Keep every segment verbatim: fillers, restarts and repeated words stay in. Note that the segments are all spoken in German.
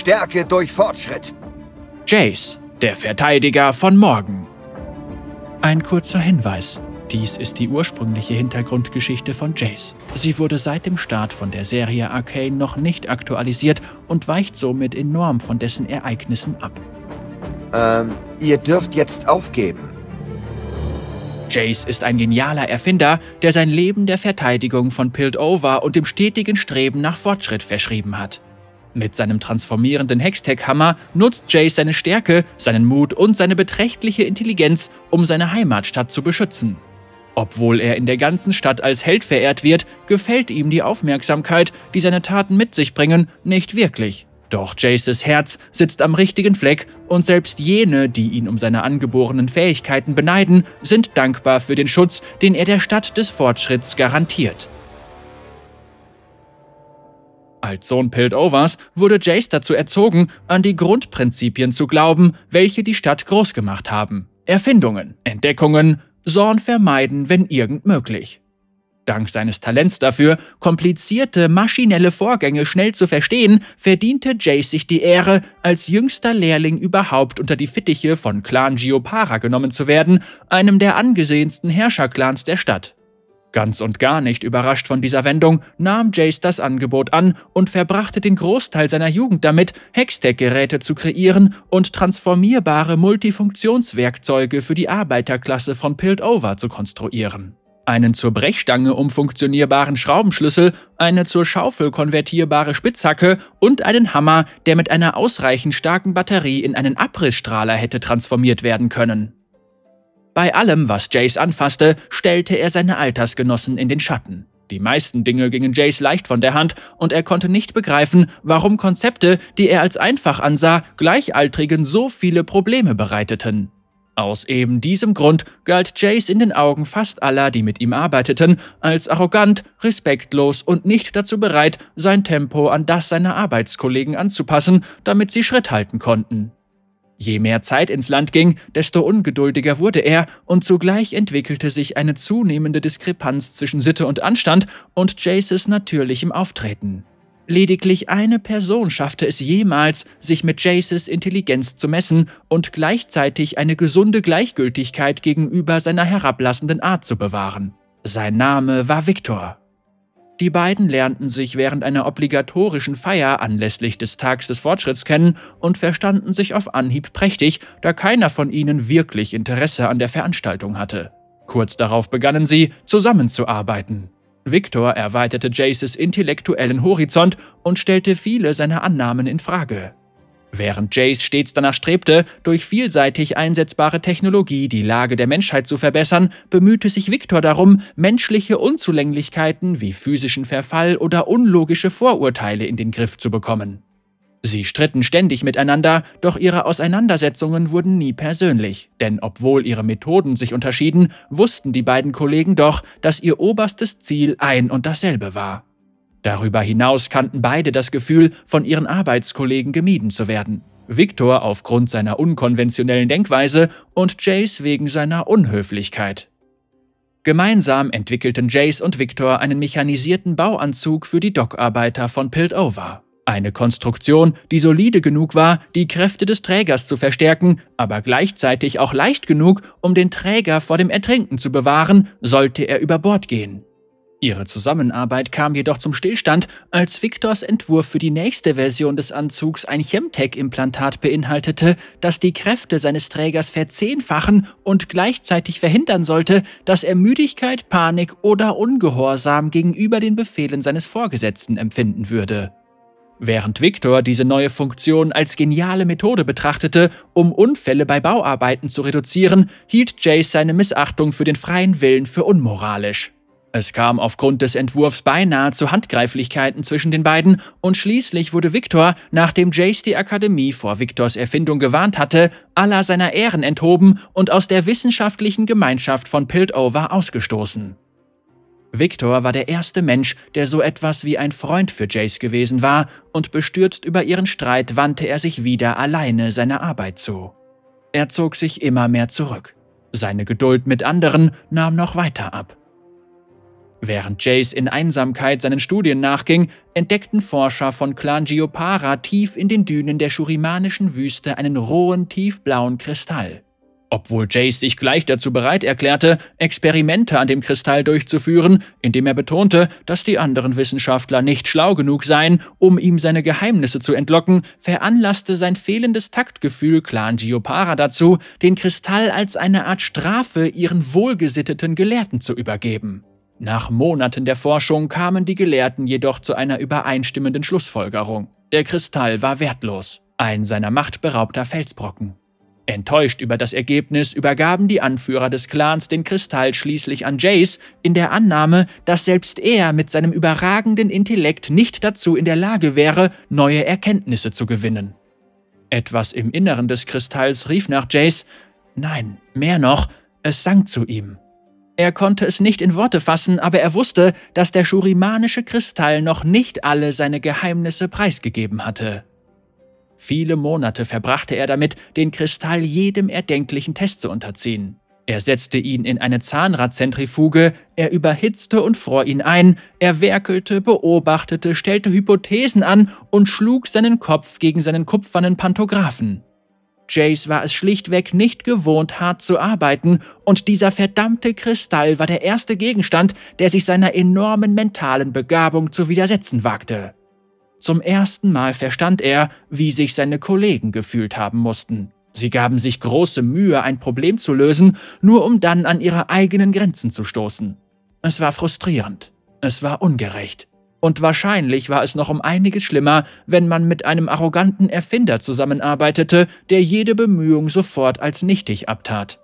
Stärke durch Fortschritt. Jace, der Verteidiger von morgen. Ein kurzer Hinweis. Dies ist die ursprüngliche Hintergrundgeschichte von Jace. Sie wurde seit dem Start von der Serie Arcane noch nicht aktualisiert und weicht somit enorm von dessen Ereignissen ab. Ähm, ihr dürft jetzt aufgeben. Jace ist ein genialer Erfinder, der sein Leben der Verteidigung von Piltover und dem stetigen Streben nach Fortschritt verschrieben hat. Mit seinem transformierenden Hextech-Hammer nutzt Jace seine Stärke, seinen Mut und seine beträchtliche Intelligenz, um seine Heimatstadt zu beschützen. Obwohl er in der ganzen Stadt als Held verehrt wird, gefällt ihm die Aufmerksamkeit, die seine Taten mit sich bringen, nicht wirklich. Doch Jaces Herz sitzt am richtigen Fleck und selbst jene, die ihn um seine angeborenen Fähigkeiten beneiden, sind dankbar für den Schutz, den er der Stadt des Fortschritts garantiert. Als Sohn Piltovers wurde Jace dazu erzogen, an die Grundprinzipien zu glauben, welche die Stadt groß gemacht haben. Erfindungen, Entdeckungen, Zorn vermeiden, wenn irgend möglich. Dank seines Talents dafür, komplizierte, maschinelle Vorgänge schnell zu verstehen, verdiente Jace sich die Ehre, als jüngster Lehrling überhaupt unter die Fittiche von Clan Giopara genommen zu werden, einem der angesehensten Herrscherclans der Stadt. Ganz und gar nicht überrascht von dieser Wendung, nahm Jace das Angebot an und verbrachte den Großteil seiner Jugend damit, Hextech-Geräte zu kreieren und transformierbare Multifunktionswerkzeuge für die Arbeiterklasse von Piltover zu konstruieren. Einen zur Brechstange umfunktionierbaren Schraubenschlüssel, eine zur Schaufel konvertierbare Spitzhacke und einen Hammer, der mit einer ausreichend starken Batterie in einen Abrissstrahler hätte transformiert werden können. Bei allem, was Jace anfasste, stellte er seine Altersgenossen in den Schatten. Die meisten Dinge gingen Jace leicht von der Hand und er konnte nicht begreifen, warum Konzepte, die er als einfach ansah, Gleichaltrigen so viele Probleme bereiteten. Aus eben diesem Grund galt Jace in den Augen fast aller, die mit ihm arbeiteten, als arrogant, respektlos und nicht dazu bereit, sein Tempo an das seiner Arbeitskollegen anzupassen, damit sie Schritt halten konnten. Je mehr Zeit ins Land ging, desto ungeduldiger wurde er und zugleich entwickelte sich eine zunehmende Diskrepanz zwischen Sitte und Anstand und Jaces natürlichem Auftreten. Lediglich eine Person schaffte es jemals, sich mit Jaces Intelligenz zu messen und gleichzeitig eine gesunde Gleichgültigkeit gegenüber seiner herablassenden Art zu bewahren. Sein Name war Victor. Die beiden lernten sich während einer obligatorischen Feier anlässlich des Tags des Fortschritts kennen und verstanden sich auf Anhieb prächtig, da keiner von ihnen wirklich Interesse an der Veranstaltung hatte. Kurz darauf begannen sie, zusammenzuarbeiten. Victor erweiterte Jaces intellektuellen Horizont und stellte viele seiner Annahmen in Frage. Während Jace stets danach strebte, durch vielseitig einsetzbare Technologie die Lage der Menschheit zu verbessern, bemühte sich Victor darum, menschliche Unzulänglichkeiten wie physischen Verfall oder unlogische Vorurteile in den Griff zu bekommen. Sie stritten ständig miteinander, doch ihre Auseinandersetzungen wurden nie persönlich, denn obwohl ihre Methoden sich unterschieden, wussten die beiden Kollegen doch, dass ihr oberstes Ziel ein und dasselbe war. Darüber hinaus kannten beide das Gefühl, von ihren Arbeitskollegen gemieden zu werden. Victor aufgrund seiner unkonventionellen Denkweise und Jace wegen seiner Unhöflichkeit. Gemeinsam entwickelten Jace und Victor einen mechanisierten Bauanzug für die Dockarbeiter von Piltover. Eine Konstruktion, die solide genug war, die Kräfte des Trägers zu verstärken, aber gleichzeitig auch leicht genug, um den Träger vor dem Ertrinken zu bewahren, sollte er über Bord gehen. Ihre Zusammenarbeit kam jedoch zum Stillstand, als Victors Entwurf für die nächste Version des Anzugs ein Chemtech-Implantat beinhaltete, das die Kräfte seines Trägers verzehnfachen und gleichzeitig verhindern sollte, dass er Müdigkeit, Panik oder Ungehorsam gegenüber den Befehlen seines Vorgesetzten empfinden würde. Während Victor diese neue Funktion als geniale Methode betrachtete, um Unfälle bei Bauarbeiten zu reduzieren, hielt Jace seine Missachtung für den freien Willen für unmoralisch. Es kam aufgrund des Entwurfs beinahe zu Handgreiflichkeiten zwischen den beiden und schließlich wurde Victor, nachdem Jace die Akademie vor Victors Erfindung gewarnt hatte, aller seiner Ehren enthoben und aus der wissenschaftlichen Gemeinschaft von Piltover ausgestoßen. Victor war der erste Mensch, der so etwas wie ein Freund für Jace gewesen war, und bestürzt über ihren Streit wandte er sich wieder alleine seiner Arbeit zu. Er zog sich immer mehr zurück. Seine Geduld mit anderen nahm noch weiter ab. Während Jace in Einsamkeit seinen Studien nachging, entdeckten Forscher von Clan Giopara tief in den Dünen der schurimanischen Wüste einen rohen, tiefblauen Kristall. Obwohl Jace sich gleich dazu bereit erklärte, Experimente an dem Kristall durchzuführen, indem er betonte, dass die anderen Wissenschaftler nicht schlau genug seien, um ihm seine Geheimnisse zu entlocken, veranlasste sein fehlendes Taktgefühl Clan Giopara dazu, den Kristall als eine Art Strafe ihren wohlgesitteten Gelehrten zu übergeben. Nach Monaten der Forschung kamen die Gelehrten jedoch zu einer übereinstimmenden Schlussfolgerung. Der Kristall war wertlos, ein seiner Macht beraubter Felsbrocken. Enttäuscht über das Ergebnis übergaben die Anführer des Clans den Kristall schließlich an Jace, in der Annahme, dass selbst er mit seinem überragenden Intellekt nicht dazu in der Lage wäre, neue Erkenntnisse zu gewinnen. Etwas im Inneren des Kristalls rief nach Jace, nein, mehr noch, es sang zu ihm. Er konnte es nicht in Worte fassen, aber er wusste, dass der schurimanische Kristall noch nicht alle seine Geheimnisse preisgegeben hatte. Viele Monate verbrachte er damit, den Kristall jedem erdenklichen Test zu unterziehen. Er setzte ihn in eine Zahnradzentrifuge, er überhitzte und fror ihn ein, er werkelte, beobachtete, stellte Hypothesen an und schlug seinen Kopf gegen seinen kupfernen Pantographen. Jace war es schlichtweg nicht gewohnt, hart zu arbeiten, und dieser verdammte Kristall war der erste Gegenstand, der sich seiner enormen mentalen Begabung zu widersetzen wagte. Zum ersten Mal verstand er, wie sich seine Kollegen gefühlt haben mussten. Sie gaben sich große Mühe, ein Problem zu lösen, nur um dann an ihre eigenen Grenzen zu stoßen. Es war frustrierend, es war ungerecht. Und wahrscheinlich war es noch um einiges schlimmer, wenn man mit einem arroganten Erfinder zusammenarbeitete, der jede Bemühung sofort als nichtig abtat.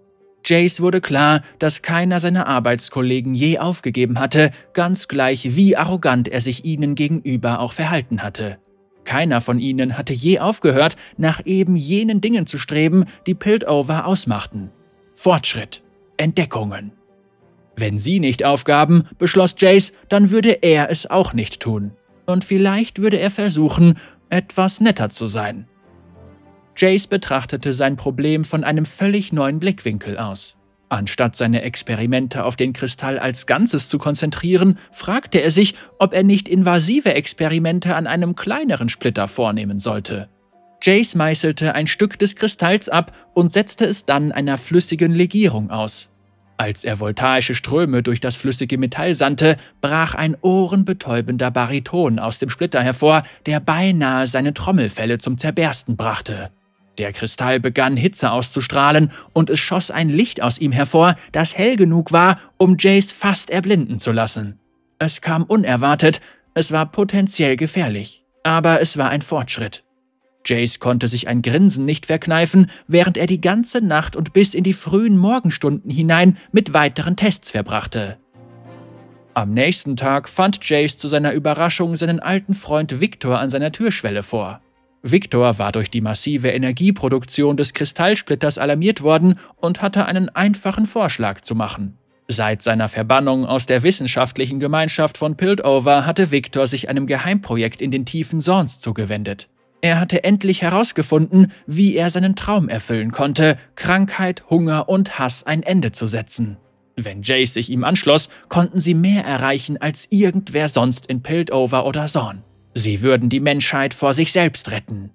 Jace wurde klar, dass keiner seiner Arbeitskollegen je aufgegeben hatte, ganz gleich wie arrogant er sich ihnen gegenüber auch verhalten hatte. Keiner von ihnen hatte je aufgehört, nach eben jenen Dingen zu streben, die Piltover ausmachten. Fortschritt, Entdeckungen. Wenn sie nicht aufgaben, beschloss Jace, dann würde er es auch nicht tun. Und vielleicht würde er versuchen, etwas netter zu sein. Jace betrachtete sein Problem von einem völlig neuen Blickwinkel aus. Anstatt seine Experimente auf den Kristall als Ganzes zu konzentrieren, fragte er sich, ob er nicht invasive Experimente an einem kleineren Splitter vornehmen sollte. Jace meißelte ein Stück des Kristalls ab und setzte es dann einer flüssigen Legierung aus. Als er voltaische Ströme durch das flüssige Metall sandte, brach ein ohrenbetäubender Bariton aus dem Splitter hervor, der beinahe seine Trommelfelle zum Zerbersten brachte. Der Kristall begann Hitze auszustrahlen und es schoss ein Licht aus ihm hervor, das hell genug war, um Jace fast erblinden zu lassen. Es kam unerwartet, es war potenziell gefährlich, aber es war ein Fortschritt. Jace konnte sich ein Grinsen nicht verkneifen, während er die ganze Nacht und bis in die frühen Morgenstunden hinein mit weiteren Tests verbrachte. Am nächsten Tag fand Jace zu seiner Überraschung seinen alten Freund Victor an seiner Türschwelle vor. Victor war durch die massive Energieproduktion des Kristallsplitters alarmiert worden und hatte einen einfachen Vorschlag zu machen. Seit seiner Verbannung aus der wissenschaftlichen Gemeinschaft von Piltover hatte Victor sich einem Geheimprojekt in den Tiefen Zorns zugewendet. Er hatte endlich herausgefunden, wie er seinen Traum erfüllen konnte, Krankheit, Hunger und Hass ein Ende zu setzen. Wenn Jace sich ihm anschloss, konnten sie mehr erreichen als irgendwer sonst in Piltover oder Zorn. Sie würden die Menschheit vor sich selbst retten.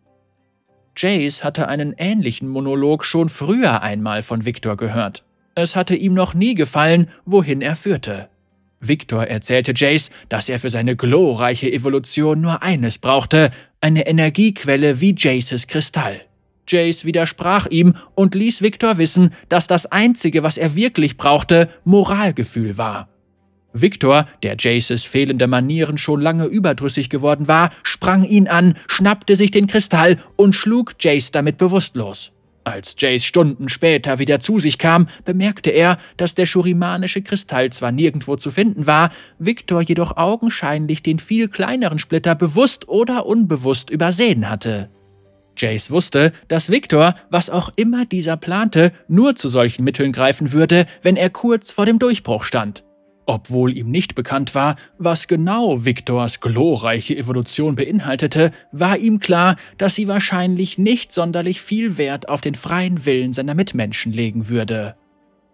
Jace hatte einen ähnlichen Monolog schon früher einmal von Victor gehört. Es hatte ihm noch nie gefallen, wohin er führte. Victor erzählte Jace, dass er für seine glorreiche Evolution nur eines brauchte, eine Energiequelle wie Jaces Kristall. Jace widersprach ihm und ließ Victor wissen, dass das Einzige, was er wirklich brauchte, Moralgefühl war. Victor, der Jaces fehlende Manieren schon lange überdrüssig geworden war, sprang ihn an, schnappte sich den Kristall und schlug Jace damit bewusstlos. Als Jace Stunden später wieder zu sich kam, bemerkte er, dass der schurimanische Kristall zwar nirgendwo zu finden war, Victor jedoch augenscheinlich den viel kleineren Splitter bewusst oder unbewusst übersehen hatte. Jace wusste, dass Victor, was auch immer dieser plante, nur zu solchen Mitteln greifen würde, wenn er kurz vor dem Durchbruch stand. Obwohl ihm nicht bekannt war, was genau Victors glorreiche Evolution beinhaltete, war ihm klar, dass sie wahrscheinlich nicht sonderlich viel Wert auf den freien Willen seiner Mitmenschen legen würde.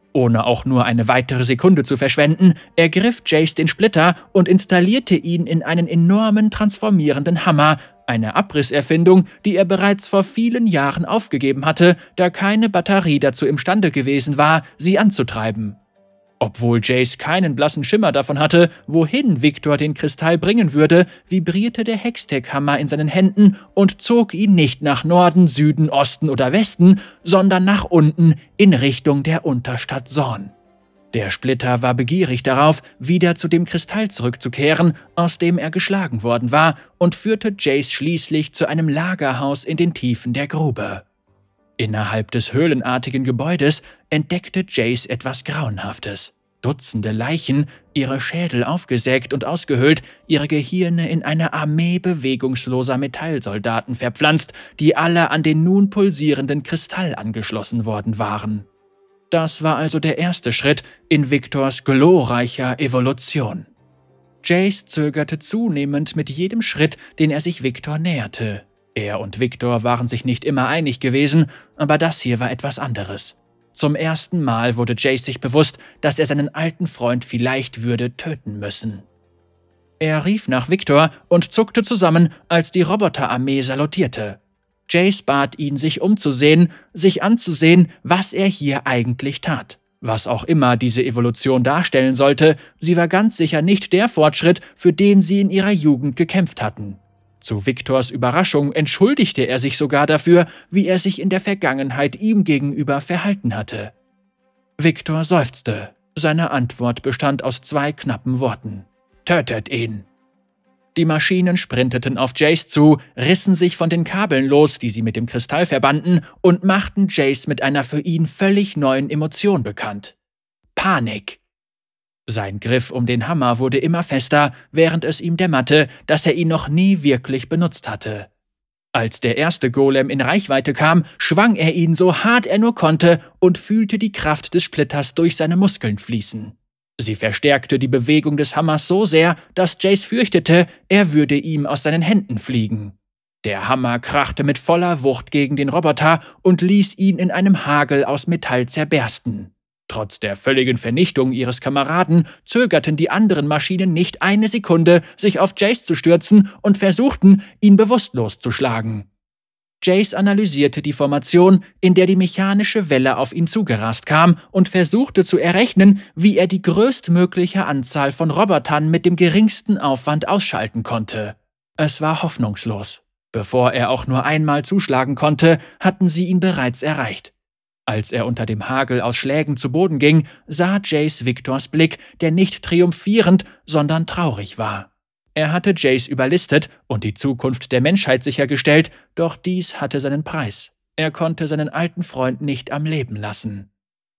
Ohne auch nur eine weitere Sekunde zu verschwenden, ergriff Jace den Splitter und installierte ihn in einen enormen transformierenden Hammer, eine Abrisserfindung, die er bereits vor vielen Jahren aufgegeben hatte, da keine Batterie dazu imstande gewesen war, sie anzutreiben. Obwohl Jace keinen blassen Schimmer davon hatte, wohin Victor den Kristall bringen würde, vibrierte der Hextech-Hammer in seinen Händen und zog ihn nicht nach Norden, Süden, Osten oder Westen, sondern nach unten in Richtung der Unterstadt Zorn. Der Splitter war begierig darauf, wieder zu dem Kristall zurückzukehren, aus dem er geschlagen worden war, und führte Jace schließlich zu einem Lagerhaus in den Tiefen der Grube. Innerhalb des höhlenartigen Gebäudes entdeckte Jace etwas Grauenhaftes. Dutzende Leichen, ihre Schädel aufgesägt und ausgehöhlt, ihre Gehirne in eine Armee bewegungsloser Metallsoldaten verpflanzt, die alle an den nun pulsierenden Kristall angeschlossen worden waren. Das war also der erste Schritt in Victors glorreicher Evolution. Jace zögerte zunehmend mit jedem Schritt, den er sich Victor näherte. Er und Victor waren sich nicht immer einig gewesen, aber das hier war etwas anderes. Zum ersten Mal wurde Jace sich bewusst, dass er seinen alten Freund vielleicht würde töten müssen. Er rief nach Victor und zuckte zusammen, als die Roboterarmee salutierte. Jace bat ihn, sich umzusehen, sich anzusehen, was er hier eigentlich tat. Was auch immer diese Evolution darstellen sollte, sie war ganz sicher nicht der Fortschritt, für den sie in ihrer Jugend gekämpft hatten. Zu Victors Überraschung entschuldigte er sich sogar dafür, wie er sich in der Vergangenheit ihm gegenüber verhalten hatte. Victor seufzte. Seine Antwort bestand aus zwei knappen Worten: »Tötet ihn!« Die Maschinen sprinteten auf Jace zu, rissen sich von den Kabeln los, die sie mit dem Kristall verbanden, und machten Jace mit einer für ihn völlig neuen Emotion bekannt: Panik. Sein Griff um den Hammer wurde immer fester, während es ihm dämmerte, dass er ihn noch nie wirklich benutzt hatte. Als der erste Golem in Reichweite kam, schwang er ihn so hart er nur konnte und fühlte die Kraft des Splitters durch seine Muskeln fließen. Sie verstärkte die Bewegung des Hammers so sehr, dass Jace fürchtete, er würde ihm aus seinen Händen fliegen. Der Hammer krachte mit voller Wucht gegen den Roboter und ließ ihn in einem Hagel aus Metall zerbersten. Trotz der völligen Vernichtung ihres Kameraden zögerten die anderen Maschinen nicht eine Sekunde, sich auf Jace zu stürzen und versuchten, ihn bewusstlos zu schlagen. Jace analysierte die Formation, in der die mechanische Welle auf ihn zugerast kam, und versuchte zu errechnen, wie er die größtmögliche Anzahl von Robotern mit dem geringsten Aufwand ausschalten konnte. Es war hoffnungslos. Bevor er auch nur einmal zuschlagen konnte, hatten sie ihn bereits erreicht. Als er unter dem Hagel aus Schlägen zu Boden ging, sah Jace Victors Blick, der nicht triumphierend, sondern traurig war. Er hatte Jace überlistet und die Zukunft der Menschheit sichergestellt, doch dies hatte seinen Preis. Er konnte seinen alten Freund nicht am Leben lassen.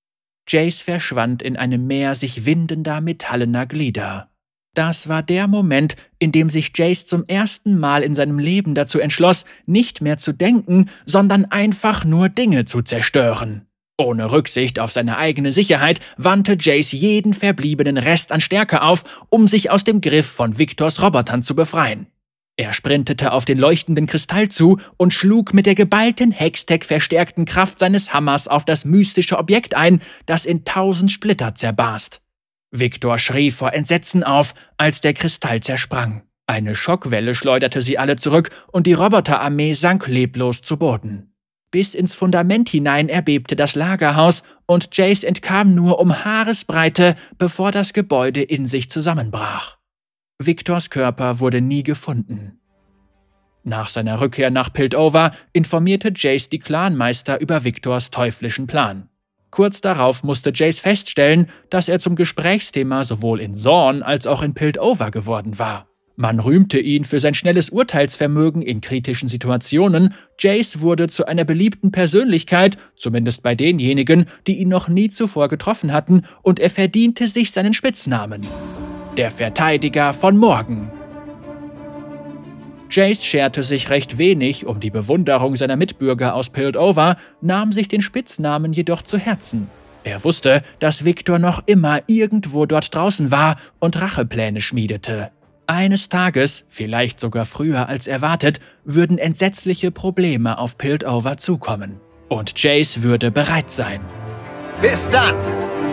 Jace verschwand in einem Meer sich windender metallener Glieder. Das war der Moment, in dem sich Jace zum ersten Mal in seinem Leben dazu entschloss, nicht mehr zu denken, sondern einfach nur Dinge zu zerstören. Ohne Rücksicht auf seine eigene Sicherheit wandte Jace jeden verbliebenen Rest an Stärke auf, um sich aus dem Griff von Victors Robotern zu befreien. Er sprintete auf den leuchtenden Kristall zu und schlug mit der geballten Hextech-verstärkten Kraft seines Hammers auf das mystische Objekt ein, das in tausend Splitter zerbarst. Victor schrie vor Entsetzen auf, als der Kristall zersprang. Eine Schockwelle schleuderte sie alle zurück und die Roboterarmee sank leblos zu Boden. Bis ins Fundament hinein erbebte das Lagerhaus und Jace entkam nur um Haaresbreite, bevor das Gebäude in sich zusammenbrach. Victors Körper wurde nie gefunden. Nach seiner Rückkehr nach Piltover informierte Jace die Clanmeister über Victors teuflischen Plan. Kurz darauf musste Jace feststellen, dass er zum Gesprächsthema sowohl in Zorn als auch in Piltover geworden war. Man rühmte ihn für sein schnelles Urteilsvermögen in kritischen Situationen. Jace wurde zu einer beliebten Persönlichkeit, zumindest bei denjenigen, die ihn noch nie zuvor getroffen hatten, und er verdiente sich seinen Spitznamen: Der Verteidiger von morgen. Jace scherte sich recht wenig um die Bewunderung seiner Mitbürger aus Piltover, nahm sich den Spitznamen jedoch zu Herzen. Er wusste, dass Victor noch immer irgendwo dort draußen war und Rachepläne schmiedete. Eines Tages, vielleicht sogar früher als erwartet, würden entsetzliche Probleme auf Piltover zukommen. Und Jace würde bereit sein. Bis dann!